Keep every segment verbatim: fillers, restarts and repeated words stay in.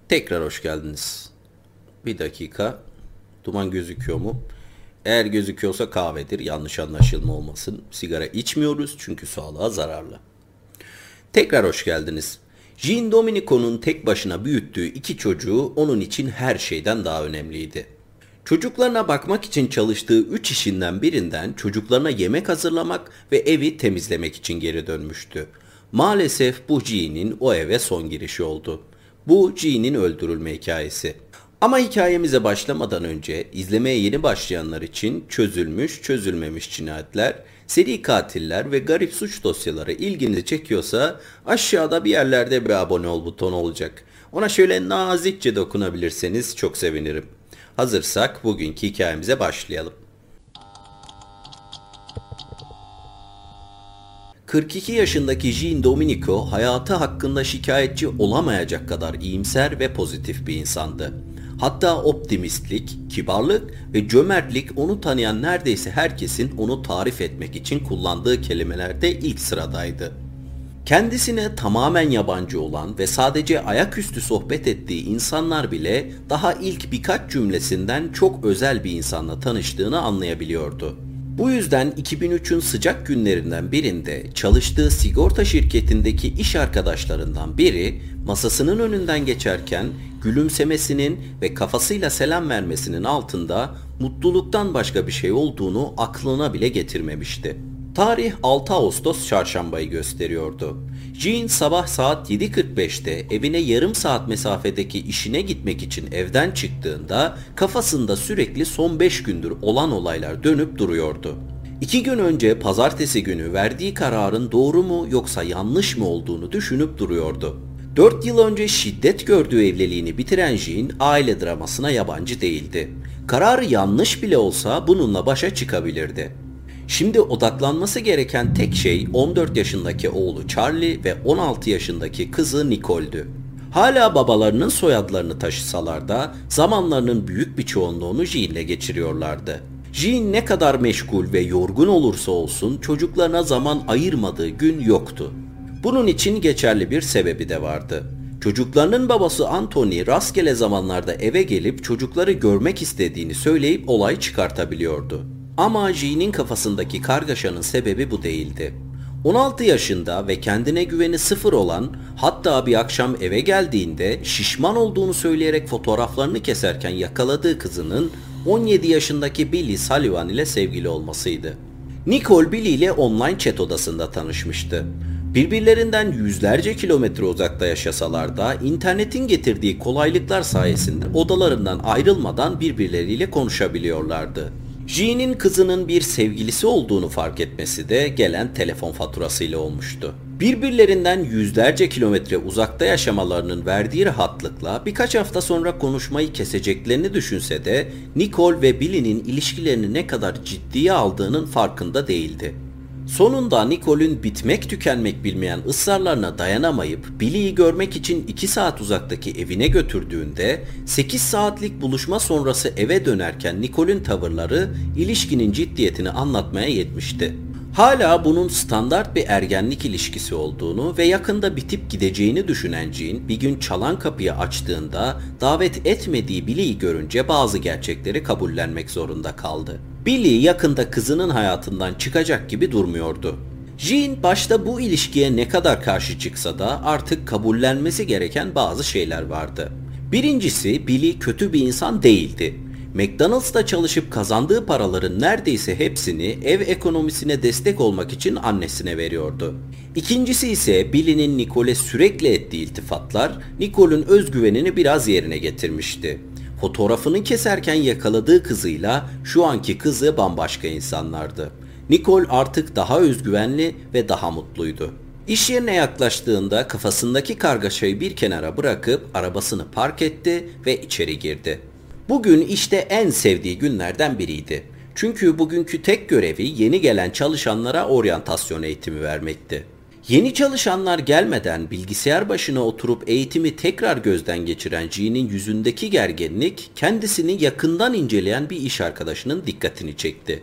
Tekrar hoş geldiniz. Bir dakika. Duman gözüküyor mu? Eğer gözüküyorsa kahvedir. Yanlış anlaşılma olmasın. Sigara içmiyoruz çünkü sağlığa zararlı. Tekrar hoş geldiniz. Jean Dominico'nun tek başına büyüttüğü iki çocuğu onun için her şeyden daha önemliydi. Çocuklarına bakmak için çalıştığı üç işinden birinden çocuklarına yemek hazırlamak ve evi temizlemek için geri dönmüştü. Maalesef bu Jean'in o eve son girişi oldu. Bu Jean'in öldürülme hikayesi. Ama hikayemize başlamadan önce izlemeye yeni başlayanlar için çözülmüş, çözülmemiş cinayetler, seri katiller ve garip suç dosyaları ilginizi çekiyorsa aşağıda bir yerlerde bir abone ol butonu olacak. Ona şöyle nazikçe dokunabilirseniz çok sevinirim. Hazırsak bugünkü hikayemize başlayalım. kırk iki yaşındaki Jean Dominico hayatı hakkında şikayetçi olamayacak kadar iyimser ve pozitif bir insandı. Hatta optimistlik, kibarlık ve cömertlik onu tanıyan neredeyse herkesin onu tarif etmek için kullandığı kelimelerde ilk sıradaydı. Kendisine tamamen yabancı olan ve sadece ayaküstü sohbet ettiği insanlar bile daha ilk birkaç cümlesinden çok özel bir insanla tanıştığını anlayabiliyordu. Bu yüzden iki bin üçün sıcak günlerinden birinde çalıştığı sigorta şirketindeki iş arkadaşlarından biri masasının önünden geçerken gülümsemesinin ve kafasıyla selam vermesinin altında mutluluktan başka bir şey olduğunu aklına bile getirmemişti. Tarih altı Ağustos çarşambayı gösteriyordu. Jean sabah saat yedi kırk beşte evine yarım saat mesafedeki işine gitmek için evden çıktığında kafasında sürekli son beş gündür olan olaylar dönüp duruyordu. İki gün önce pazartesi günü verdiği kararın doğru mu yoksa yanlış mı olduğunu düşünüp duruyordu. Dört yıl önce şiddet gördüğü evliliğini bitiren Jean aile dramasına yabancı değildi. Kararı yanlış bile olsa bununla başa çıkabilirdi. Şimdi odaklanması gereken tek şey on dört yaşındaki oğlu Charlie ve on altı yaşındaki kızı Nicole'dü. Hala babalarının soyadlarını taşısalar da zamanlarının büyük bir çoğunluğunu Jean'le geçiriyorlardı. Jean ne kadar meşgul ve yorgun olursa olsun çocuklarına zaman ayırmadığı gün yoktu. Bunun için geçerli bir sebebi de vardı. Çocuklarının babası Anthony rastgele zamanlarda eve gelip çocukları görmek istediğini söyleyip olay çıkartabiliyordu. Ama Jean'in kafasındaki kargaşanın sebebi bu değildi. on altı yaşında ve kendine güveni sıfır olan, hatta bir akşam eve geldiğinde şişman olduğunu söyleyerek fotoğraflarını keserken yakaladığı kızının on yedi yaşındaki Billy Sullivan ile sevgili olmasıydı. Nicole Billy ile online chat odasında tanışmıştı. Birbirlerinden yüzlerce kilometre uzakta yaşasalar da internetin getirdiği kolaylıklar sayesinde odalarından ayrılmadan birbirleriyle konuşabiliyorlardı. Jean'in kızının bir sevgilisi olduğunu fark etmesi de gelen telefon faturasıyla olmuştu. Birbirlerinden yüzlerce kilometre uzakta yaşamalarının verdiği rahatlıkla birkaç hafta sonra konuşmayı keseceklerini düşünse de Nicole ve Billy'nin ilişkilerini ne kadar ciddiye aldığının farkında değildi. Sonunda Nicole'ün bitmek tükenmek bilmeyen ısrarlarına dayanamayıp Billy'yi görmek için iki saat uzaktaki evine götürdüğünde sekiz saatlik buluşma sonrası eve dönerken Nicole'ün tavırları ilişkinin ciddiyetini anlatmaya yetmişti. Hala bunun standart bir ergenlik ilişkisi olduğunu ve yakında bitip gideceğini düşünen Jean bir gün çalan kapıyı açtığında davet etmediği Billy'yi görünce bazı gerçekleri kabullenmek zorunda kaldı. Billy yakında kızının hayatından çıkacak gibi durmuyordu. Jean başta bu ilişkiye ne kadar karşı çıksa da artık kabullenmesi gereken bazı şeyler vardı. Birincisi, Billy kötü bir insan değildi. McDonald's'ta çalışıp kazandığı paraların neredeyse hepsini ev ekonomisine destek olmak için annesine veriyordu. İkincisi ise Billy'nin Nicole'e sürekli ettiği iltifatlar Nicole'ün özgüvenini biraz yerine getirmişti. Fotoğrafını keserken yakaladığı kızıyla şu anki kızı bambaşka insanlardı. Nicole artık daha özgüvenli ve daha mutluydu. İş yerine yaklaştığında kafasındaki kargaşayı bir kenara bırakıp arabasını park etti ve içeri girdi. Bugün işte en sevdiği günlerden biriydi. Çünkü bugünkü tek görevi yeni gelen çalışanlara oryantasyon eğitimi vermekti. Yeni çalışanlar gelmeden bilgisayar başına oturup eğitimi tekrar gözden geçiren Jean'in yüzündeki gerginlik kendisini yakından inceleyen bir iş arkadaşının dikkatini çekti.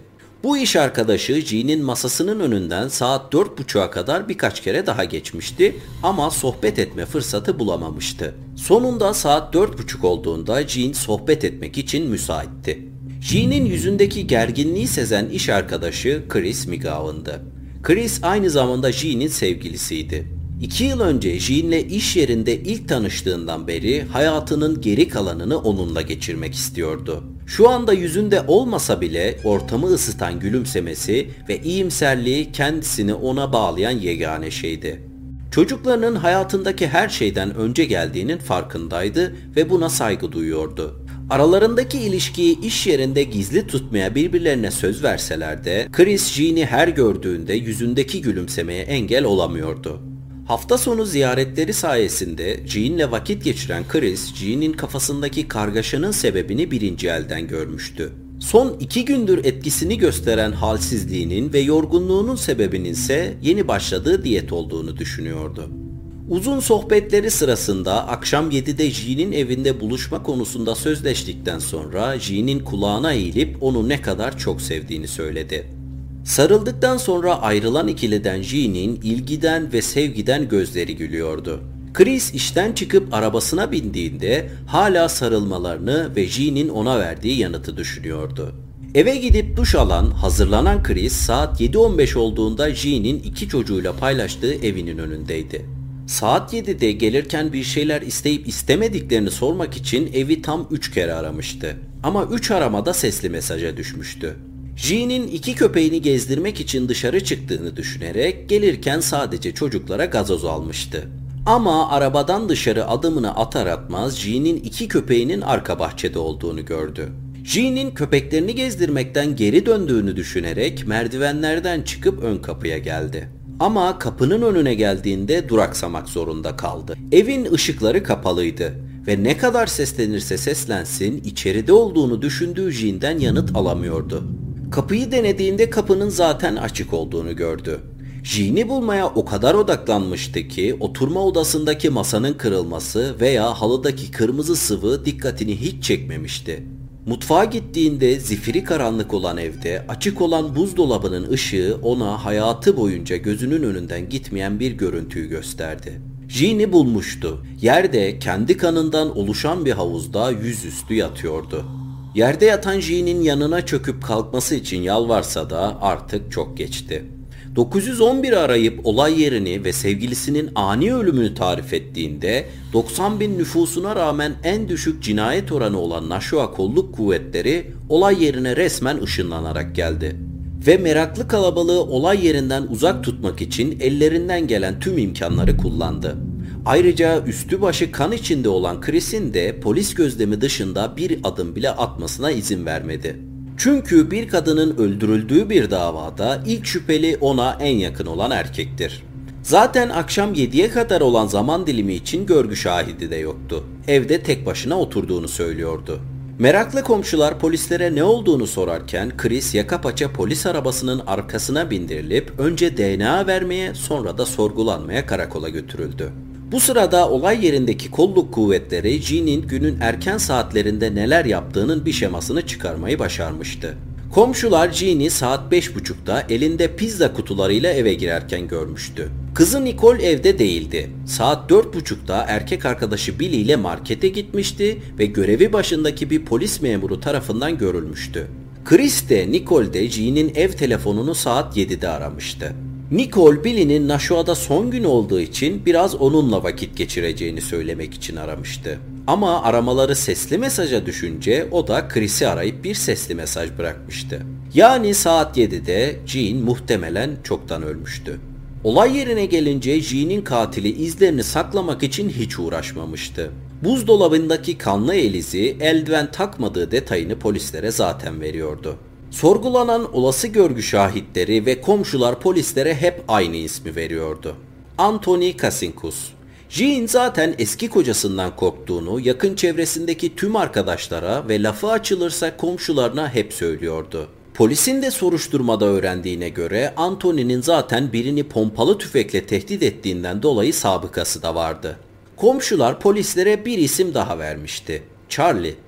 Bu iş arkadaşı Jean'in masasının önünden saat dört buçuğa kadar birkaç kere daha geçmişti ama sohbet etme fırsatı bulamamıştı. Sonunda saat dört buçuk olduğunda Jean sohbet etmek için müsaitti. Jean'in yüzündeki gerginliği sezen iş arkadaşı Chris McGowan'dı. Chris aynı zamanda Jean'in sevgilisiydi. İki yıl önce Jean'le iş yerinde ilk tanıştığından beri hayatının geri kalanını onunla geçirmek istiyordu. Şu anda yüzünde olmasa bile ortamı ısıtan gülümsemesi ve iyimserliği kendisini ona bağlayan yegane şeydi. Çocuklarının hayatındaki her şeyden önce geldiğinin farkındaydı ve buna saygı duyuyordu. Aralarındaki ilişkiyi iş yerinde gizli tutmaya birbirlerine söz verseler de Chris Jean'i her gördüğünde yüzündeki gülümsemeye engel olamıyordu. Hafta sonu ziyaretleri sayesinde Jean'le vakit geçiren Chris, Jean'in kafasındaki kargaşanın sebebini birinci elden görmüştü. Son iki gündür etkisini gösteren halsizliğinin ve yorgunluğunun sebebinin ise yeni başladığı diyet olduğunu düşünüyordu. Uzun sohbetleri sırasında akşam yedide Jean'in evinde buluşma konusunda sözleştikten sonra Jean'in kulağına eğilip onu ne kadar çok sevdiğini söyledi. Sarıldıktan sonra ayrılan ikiliden Jean'in ilgiden ve sevgiden gözleri gülüyordu. Chris işten çıkıp arabasına bindiğinde hala sarılmalarını ve Jean'in ona verdiği yanıtı düşünüyordu. Eve gidip duş alan, hazırlanan Chris saat yedi on beş olduğunda Jean'in iki çocuğuyla paylaştığı evinin önündeydi. Saat yedide gelirken bir şeyler isteyip istemediklerini sormak için evi tam üç kere aramıştı. Ama üç aramada sesli mesaja düşmüştü. Jean'in iki köpeğini gezdirmek için dışarı çıktığını düşünerek gelirken sadece çocuklara gazoz almıştı. Ama arabadan dışarı adımını atar atmaz Jean'in iki köpeğinin arka bahçede olduğunu gördü. Jean'in köpeklerini gezdirmekten geri döndüğünü düşünerek merdivenlerden çıkıp ön kapıya geldi. Ama kapının önüne geldiğinde duraksamak zorunda kaldı. Evin ışıkları kapalıydı ve ne kadar seslenirse seslensin içeride olduğunu düşündüğü Jean'den yanıt alamıyordu. Kapıyı denediğinde kapının zaten açık olduğunu gördü. Jean'i bulmaya o kadar odaklanmıştı ki oturma odasındaki masanın kırılması veya halıdaki kırmızı sıvı dikkatini hiç çekmemişti. Mutfağa gittiğinde zifiri karanlık olan evde açık olan buzdolabının ışığı ona hayatı boyunca gözünün önünden gitmeyen bir görüntüyü gösterdi. Jean'i bulmuştu. Yerde kendi kanından oluşan bir havuzda yüzüstü yatıyordu. Yerde yatan Jean'in yanına çöküp kalkması için yalvarsa da artık çok geçti. dokuz yüz on bir arayıp olay yerini ve sevgilisinin ani ölümünü tarif ettiğinde doksan bin nüfusuna rağmen en düşük cinayet oranı olan Nashua Kolluk Kuvvetleri olay yerine resmen ışınlanarak geldi. Ve meraklı kalabalığı olay yerinden uzak tutmak için ellerinden gelen tüm imkanları kullandı. Ayrıca üstü başı kan içinde olan Chris'in de polis gözlemi dışında bir adım bile atmasına izin vermedi. Çünkü bir kadının öldürüldüğü bir davada ilk şüpheli ona en yakın olan erkektir. Zaten akşam yediye kadar olan zaman dilimi için görgü şahidi de yoktu. Evde tek başına oturduğunu söylüyordu. Meraklı komşular polislere ne olduğunu sorarken Chris yaka paça polis arabasının arkasına bindirilip önce D N A vermeye sonra da sorgulanmaya karakola götürüldü. Bu sırada olay yerindeki kolluk kuvvetleri Jean'in günün erken saatlerinde neler yaptığının bir şemasını çıkarmayı başarmıştı. Komşular Jean'i saat beş buçukta elinde pizza kutularıyla eve girerken görmüştü. Kızı Nicole evde değildi. Saat dört buçukta erkek arkadaşı Billy ile markete gitmişti ve görevi başındaki bir polis memuru tarafından görülmüştü. Chris de Nicole de Jean'in ev telefonunu saat yedide aramıştı. Nicole, Billy'nin Nashua'da son gün olduğu için biraz onunla vakit geçireceğini söylemek için aramıştı. Ama aramaları sesli mesaja düşünce o da Chris'i arayıp bir sesli mesaj bırakmıştı. Yani saat yedide Jean muhtemelen çoktan ölmüştü. Olay yerine gelince Jean'in katili izlerini saklamak için hiç uğraşmamıştı. Buzdolabındaki kanlı el izi eldiven takmadığı detayını polislere zaten veriyordu. Sorgulanan olası görgü şahitleri ve komşular polislere hep aynı ismi veriyordu. Anthony Kasinkus. Jean zaten eski kocasından korktuğunu yakın çevresindeki tüm arkadaşlara ve lafı açılırsa komşularına hep söylüyordu. Polisin de soruşturmada öğrendiğine göre Anthony'nin zaten birini pompalı tüfekle tehdit ettiğinden dolayı sabıkası da vardı. Komşular polislere bir isim daha vermişti. Charlie.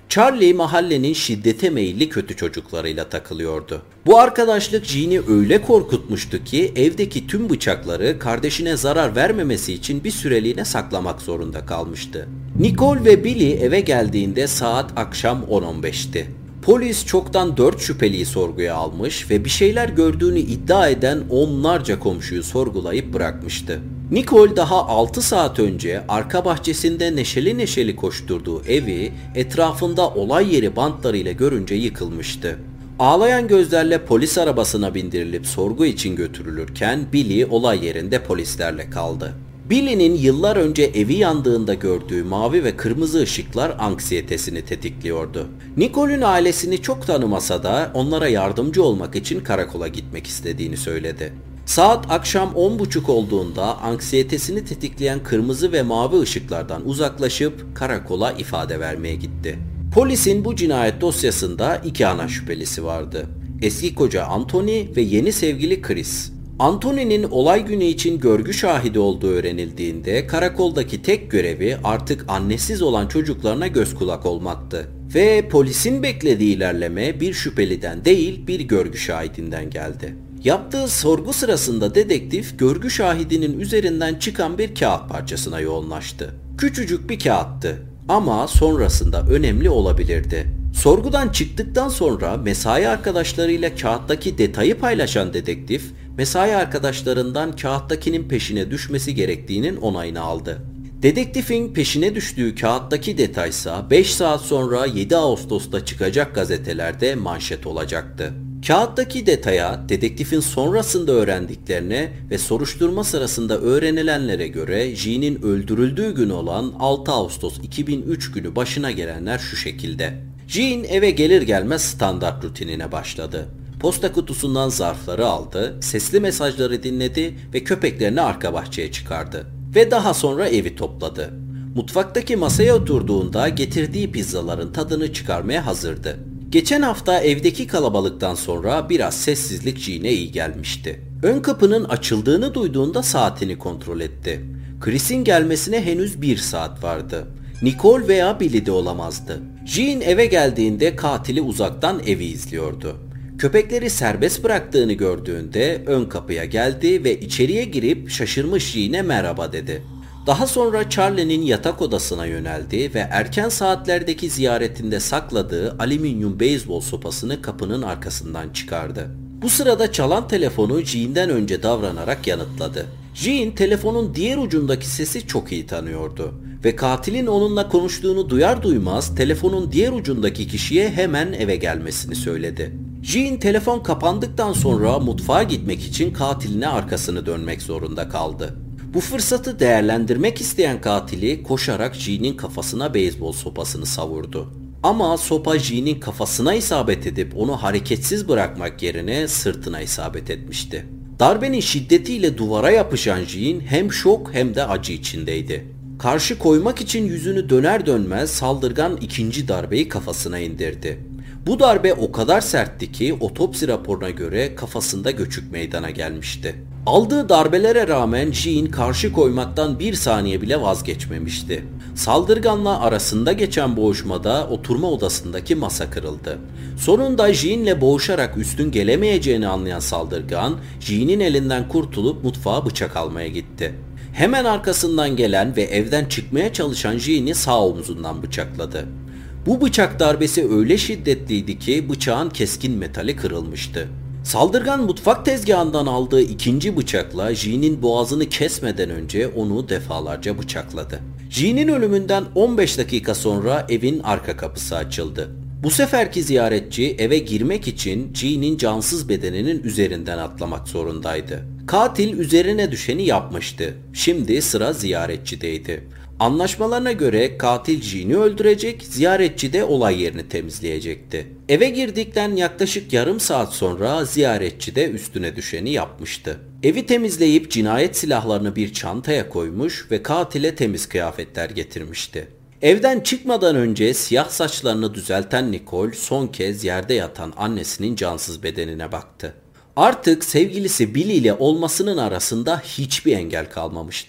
Charlie mahallenin şiddete meyilli kötü çocuklarıyla takılıyordu. Bu arkadaşlık Jean'i öyle korkutmuştu ki evdeki tüm bıçakları kardeşine zarar vermemesi için bir süreliğine saklamak zorunda kalmıştı. Nicole ve Billy eve geldiğinde saat akşam on on beşti. Polis çoktan dört şüpheliyi sorguya almış ve bir şeyler gördüğünü iddia eden onlarca komşuyu sorgulayıp bırakmıştı. Nicole daha altı saat önce arka bahçesinde neşeli neşeli koşturduğu evi etrafında olay yeri bantlarıyla görünce yıkılmıştı. Ağlayan gözlerle polis arabasına bindirilip sorgu için götürülürken Billy olay yerinde polislerle kaldı. Billy'nin yıllar önce evi yandığında gördüğü mavi ve kırmızı ışıklar anksiyetesini tetikliyordu. Nicole'ün ailesini çok tanımasa da onlara yardımcı olmak için karakola gitmek istediğini söyledi. Saat akşam on buçuk olduğunda anksiyetesini tetikleyen kırmızı ve mavi ışıklardan uzaklaşıp karakola ifade vermeye gitti. Polisin bu cinayet dosyasında iki ana şüphelisi vardı. Eski koca Anthony ve yeni sevgili Chris. Anthony'nin olay günü için görgü şahidi olduğu öğrenildiğinde karakoldaki tek görevi artık annesiz olan çocuklarına göz kulak olmaktı. Ve polisin beklediği ilerleme bir şüpheliden değil bir görgü şahidinden geldi. Yaptığı sorgu sırasında dedektif görgü şahidinin üzerinden çıkan bir kağıt parçasına yoğunlaştı. Küçücük bir kağıttı ama sonrasında önemli olabilirdi. Sorgudan çıktıktan sonra mesai arkadaşlarıyla kağıttaki detayı paylaşan dedektif, mesai arkadaşlarından kağıttakinin peşine düşmesi gerektiğinin onayını aldı. Dedektifin peşine düştüğü kağıttaki detaysa beş saat sonra yedi Ağustos'ta çıkacak gazetelerde manşet olacaktı. Kağıttaki detaya dedektifin sonrasında öğrendiklerine ve soruşturma sırasında öğrenilenlere göre Jean'in öldürüldüğü gün olan altı Ağustos iki bin üç günü başına gelenler şu şekilde. Jean eve gelir gelmez standart rutinine başladı. Posta kutusundan zarfları aldı, sesli mesajları dinledi ve köpeklerini arka bahçeye çıkardı. Ve daha sonra evi topladı. Mutfaktaki masaya oturduğunda getirdiği pizzaların tadını çıkarmaya hazırdı. Geçen hafta evdeki kalabalıktan sonra biraz sessizlik Jean'e iyi gelmişti. Ön kapının açıldığını duyduğunda saatini kontrol etti. Chris'in gelmesine henüz bir saat vardı. Nicole veya Billy de olamazdı. Jean eve geldiğinde katili uzaktan evi izliyordu. Köpekleri serbest bıraktığını gördüğünde ön kapıya geldi ve içeriye girip şaşırmış Jean'e merhaba dedi. Daha sonra Charlie'nin yatak odasına yöneldi ve erken saatlerdeki ziyaretinde sakladığı alüminyum beyzbol sopasını kapının arkasından çıkardı. Bu sırada çalan telefonu Jean'den önce davranarak yanıtladı. Jean telefonun diğer ucundaki sesi çok iyi tanıyordu ve katilin onunla konuştuğunu duyar duymaz telefonun diğer ucundaki kişiye hemen eve gelmesini söyledi. Jean telefon kapandıktan sonra mutfağa gitmek için katiline arkasını dönmek zorunda kaldı. Bu fırsatı değerlendirmek isteyen katili koşarak Jean'in kafasına beyzbol sopasını savurdu. Ama sopa Jean'in kafasına isabet edip onu hareketsiz bırakmak yerine sırtına isabet etmişti. Darbenin şiddetiyle duvara yapışan Jean hem şok hem de acı içindeydi. Karşı koymak için yüzünü döner dönmez saldırgan ikinci darbeyi kafasına indirdi. Bu darbe o kadar sertti ki otopsi raporuna göre kafasında göçük meydana gelmişti. Aldığı darbelere rağmen Jean karşı koymaktan bir saniye bile vazgeçmemişti. Saldırganla arasında geçen boğuşmada oturma odasındaki masa kırıldı. Sonunda Jean'le boğuşarak üstün gelemeyeceğini anlayan saldırgan, Jean'in elinden kurtulup mutfağa bıçak almaya gitti. Hemen arkasından gelen ve evden çıkmaya çalışan Jean'i sağ omzundan bıçakladı. Bu bıçak darbesi öyle şiddetliydi ki bıçağın keskin metali kırılmıştı. Saldırgan mutfak tezgahından aldığı ikinci bıçakla Jean'in boğazını kesmeden önce onu defalarca bıçakladı. Jean'in ölümünden on beş dakika sonra evin arka kapısı açıldı. Bu seferki ziyaretçi eve girmek için Jean'in cansız bedeninin üzerinden atlamak zorundaydı. Katil üzerine düşeni yapmıştı. Şimdi sıra ziyaretçideydi. Anlaşmalarına göre katil Jean'i öldürecek, ziyaretçi de olay yerini temizleyecekti. Eve girdikten yaklaşık yarım saat sonra ziyaretçi de üstüne düşeni yapmıştı. Evi temizleyip cinayet silahlarını bir çantaya koymuş ve katile temiz kıyafetler getirmişti. Evden çıkmadan önce siyah saçlarını düzelten Nicole son kez yerde yatan annesinin cansız bedenine baktı. Artık sevgilisi Billy ile olmasının arasında hiçbir engel kalmamıştı.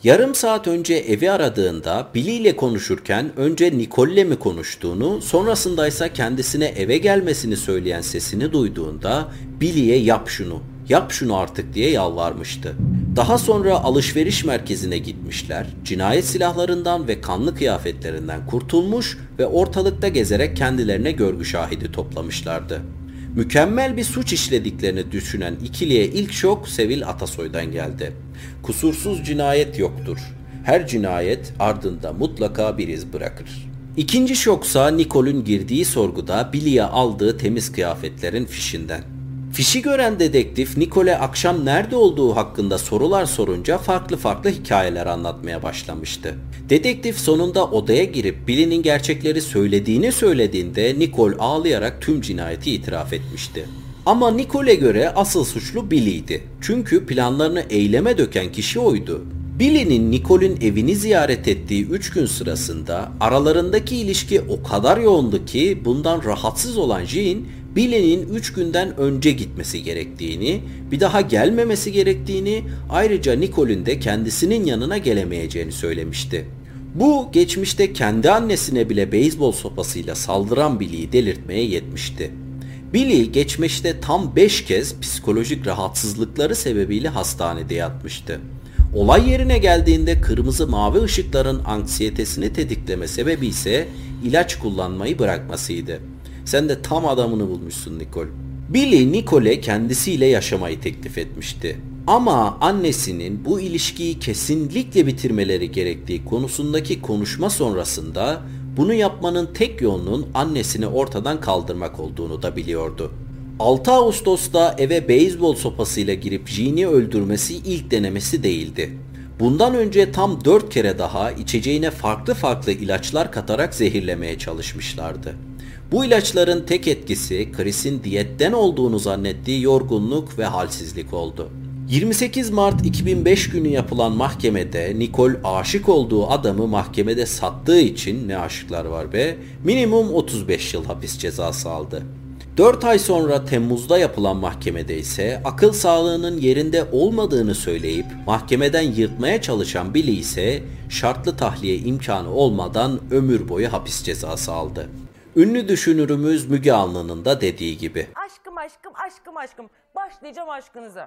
Yarım saat önce evi aradığında Billy ile konuşurken önce Nicole'le mi konuştuğunu, sonrasındaysa kendisine eve gelmesini söyleyen sesini duyduğunda Billy'ye yap şunu, yap şunu artık diye yalvarmıştı. Daha sonra alışveriş merkezine gitmişler, cinayet silahlarından ve kanlı kıyafetlerinden kurtulmuş ve ortalıkta gezerek kendilerine görgü şahidi toplamışlardı. Mükemmel bir suç işlediklerini düşünen ikiliye ilk şok Sevil Atasoy'dan geldi. Kusursuz cinayet yoktur. Her cinayet ardında mutlaka bir iz bırakır. İkinci şoksa Nicole'ün girdiği sorguda Billy'ye aldığı temiz kıyafetlerin fişinden. Fişi gören dedektif Nicole akşam nerede olduğu hakkında sorular sorunca farklı farklı hikayeler anlatmaya başlamıştı. Dedektif sonunda odaya girip Billy'nin gerçekleri söylediğini söylediğinde Nicole ağlayarak tüm cinayeti itiraf etmişti. Ama Nicole'e göre asıl suçlu Billy'ydi. Çünkü planlarını eyleme döken kişi oydu. Billy'nin Nicole'ün evini ziyaret ettiği üç gün sırasında aralarındaki ilişki o kadar yoğundu ki bundan rahatsız olan Jean, Billy'nin üç günden önce gitmesi gerektiğini, bir daha gelmemesi gerektiğini, ayrıca Nicole'ün de kendisinin yanına gelemeyeceğini söylemişti. Bu geçmişte kendi annesine bile beyzbol sopasıyla saldıran Billy'yi delirtmeye yetmişti. Billy geçmişte tam beş kez psikolojik rahatsızlıkları sebebiyle hastanede yatmıştı. Olay yerine geldiğinde kırmızı mavi ışıkların anksiyetesini tetikleme sebebi ise ilaç kullanmayı bırakmasıydı. Sen de tam adamını bulmuşsun Nicole. Billy Nicole'e kendisiyle yaşamayı teklif etmişti. Ama annesinin bu ilişkiyi kesinlikle bitirmeleri gerektiği konusundaki konuşma sonrasında bunu yapmanın tek yolunun annesini ortadan kaldırmak olduğunu da biliyordu. altı Ağustos'ta eve beyzbol sopasıyla girip Jean'i öldürmesi ilk denemesi değildi. Bundan önce tam dört kere daha içeceğine farklı farklı ilaçlar katarak zehirlemeye çalışmışlardı. Bu ilaçların tek etkisi Chris'in diyetten olduğunu zannettiği yorgunluk ve halsizlik oldu. yirmi sekiz Mart iki bin beş günü yapılan mahkemede Nicole aşık olduğu adamı mahkemede sattığı için, ne aşıklar var be, minimum otuz beş yıl hapis cezası aldı. dört ay sonra Temmuz'da yapılan mahkemede ise akıl sağlığının yerinde olmadığını söyleyip mahkemeden yırtmaya çalışan Billy ise şartlı tahliye imkanı olmadan ömür boyu hapis cezası aldı. Ünlü düşünürümüz Müge Anlı'nın da dediği gibi. Aşkım aşkım aşkım aşkım başlayacağım aşkınıza.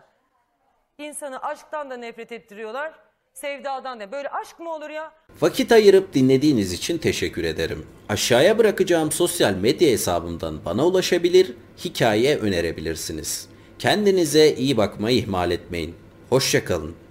İnsanı aşktan da nefret ettiriyorlar, sevdadan da. Böyle aşk mı olur ya? Vakit ayırıp dinlediğiniz için teşekkür ederim. Aşağıya bırakacağım sosyal medya hesabımdan bana ulaşabilir, hikaye önerebilirsiniz. Kendinize iyi bakmayı ihmal etmeyin. Hoşça kalın.